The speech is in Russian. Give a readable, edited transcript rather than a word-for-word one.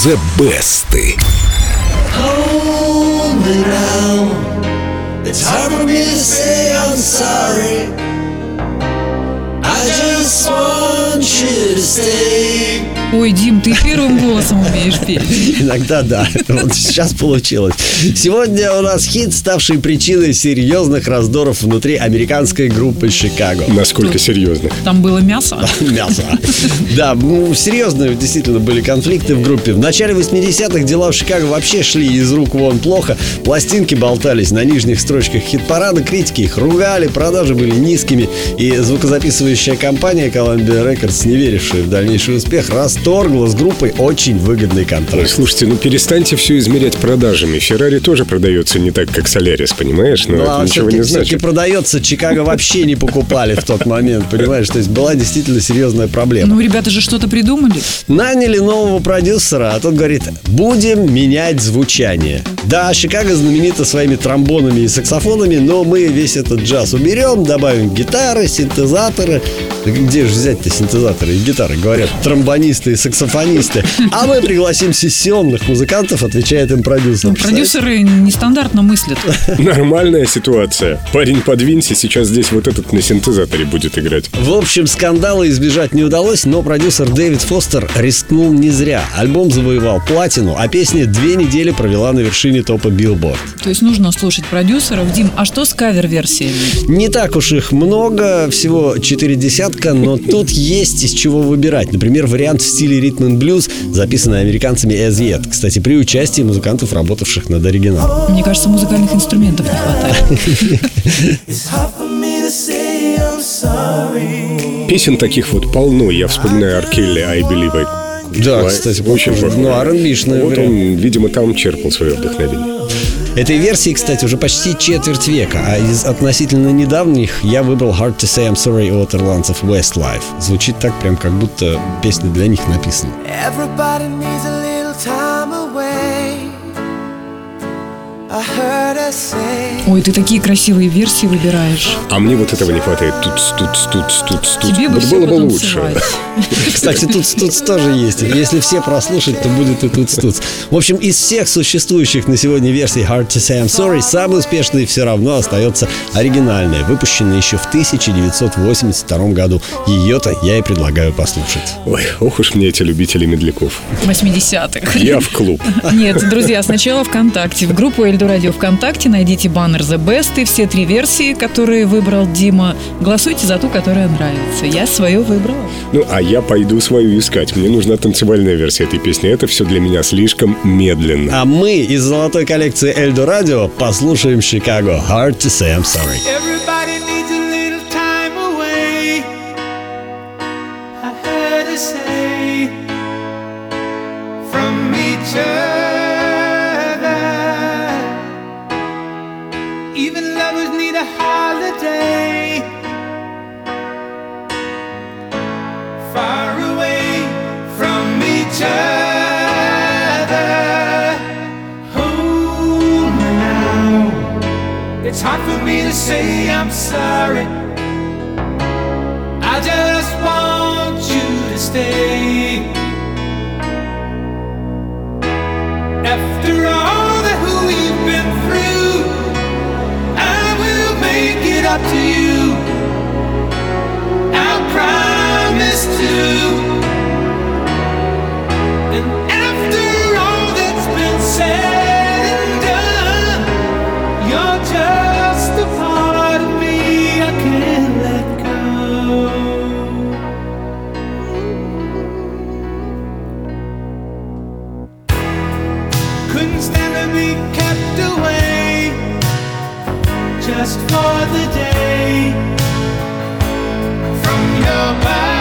The Best. Hold me now. It's hard for me to say I'm sorry. I just want you to stay. Ой, Дим, ты первым голосом умеешь петь. Иногда да, вот сейчас получилось. Сегодня у нас хит, ставший причиной серьезных раздоров внутри американской группы «Чикаго». Насколько серьезных? Там было мясо? Мясо. Да, серьезные действительно были конфликты в группе. В начале 80-х дела в Чикаго вообще шли из рук вон плохо. Пластинки болтались на нижних строчках хит-парада, критики их ругали, продажи были низкими. И звукозаписывающая компания Columbia Records, не верившая в дальнейший успех, расторгла с группой очень выгодный контракт. Ой, слушайте, перестаньте все измерять продажами. Феррари тоже продается не так, как Солярис, понимаешь? Но это ничего не значит. Все-таки продается, Чикаго вообще не покупали в тот момент, понимаешь? То есть была действительно серьезная проблема. Ну, ребята же что-то придумали. Наняли нового продюсера, а тот говорит: будем менять звучание. Да, Чикаго знаменита своими тромбонами и саксофонами, но мы весь этот джаз уберем, добавим гитары, синтезаторы. Где же взять-то синтезаторы и гитары? Говорят тромбонисты и саксофонисты. А мы пригласим сессионных музыкантов, отвечает им продюсер. Продюсеры нестандартно мыслят. Нормальная ситуация. Парень, подвинься, сейчас здесь вот этот на синтезаторе будет играть. В общем, скандала избежать не удалось, но продюсер Дэвид Фостер рискнул не зря. Альбом завоевал платину, а песня 2 недели провела на вершине топа Billboard. То есть нужно слушать продюсеров. Дим, а что с кавер-версиями? Не так уж их много, всего 40, но тут есть из чего выбирать. Например, вариант в стиле ритм and блюз, записанный американцами As Yet. Кстати, при участии музыкантов, работавших над оригиналом. Мне кажется, музыкальных инструментов не хватает. Песен таких вот полно. Я вспоминаю R. Kelly, I Believe I. Да, кстати, очень похоже. Ну, R&B-шный Вот вариант. он, видимо, там черпал свое вдохновение. Этой версии, кстати, уже почти четверть века, а из относительно недавних я выбрал Hard to Say I'm Sorry от ирландцев Westlife. Звучит так, прям как будто песня для них написана. Everybody needs a little time away. I heard her say. Ой, ты такие красивые версии выбираешь. А мне вот этого не хватает. Тут. Тебе бы Вот все было бы лучше. Кстати, тут тоже есть. Если все прослушать, то будет и тут. В общем, из всех существующих на сегодня версий Hard to Say I'm Sorry самой успешной все равно остается оригинальная, выпущенная еще в 1982 году. Ее-то я и предлагаю послушать. Ой, ох уж мне эти любители медляков. 80-х. Я в клуб. Нет, друзья, сначала ВКонтакте. В группу Эльдо Радио ВКонтакте найдите баннер The Best и все 3 версии, которые выбрал Дима. Голосуйте за ту, которая нравится. Я свою выбрала. Ну, а я пойду свою искать. Мне нужна танцевальная версия этой песни. Это все для меня слишком медленно. А мы из золотой коллекции Эльдо Радио послушаем Chicago Hard to Say I'm Sorry. Everybody needs a little time away. I heard her say from each other. Even lovers need a holiday. Far away from each other. Hold me now. It's hard for me to say I'm sorry. I just want you to stay. After all that we've been through, I will make it up to you. I'll promise to. And after all that's been said and done, you're just a part of me I can't let go. Couldn't stand to be kept away just for the day from your body.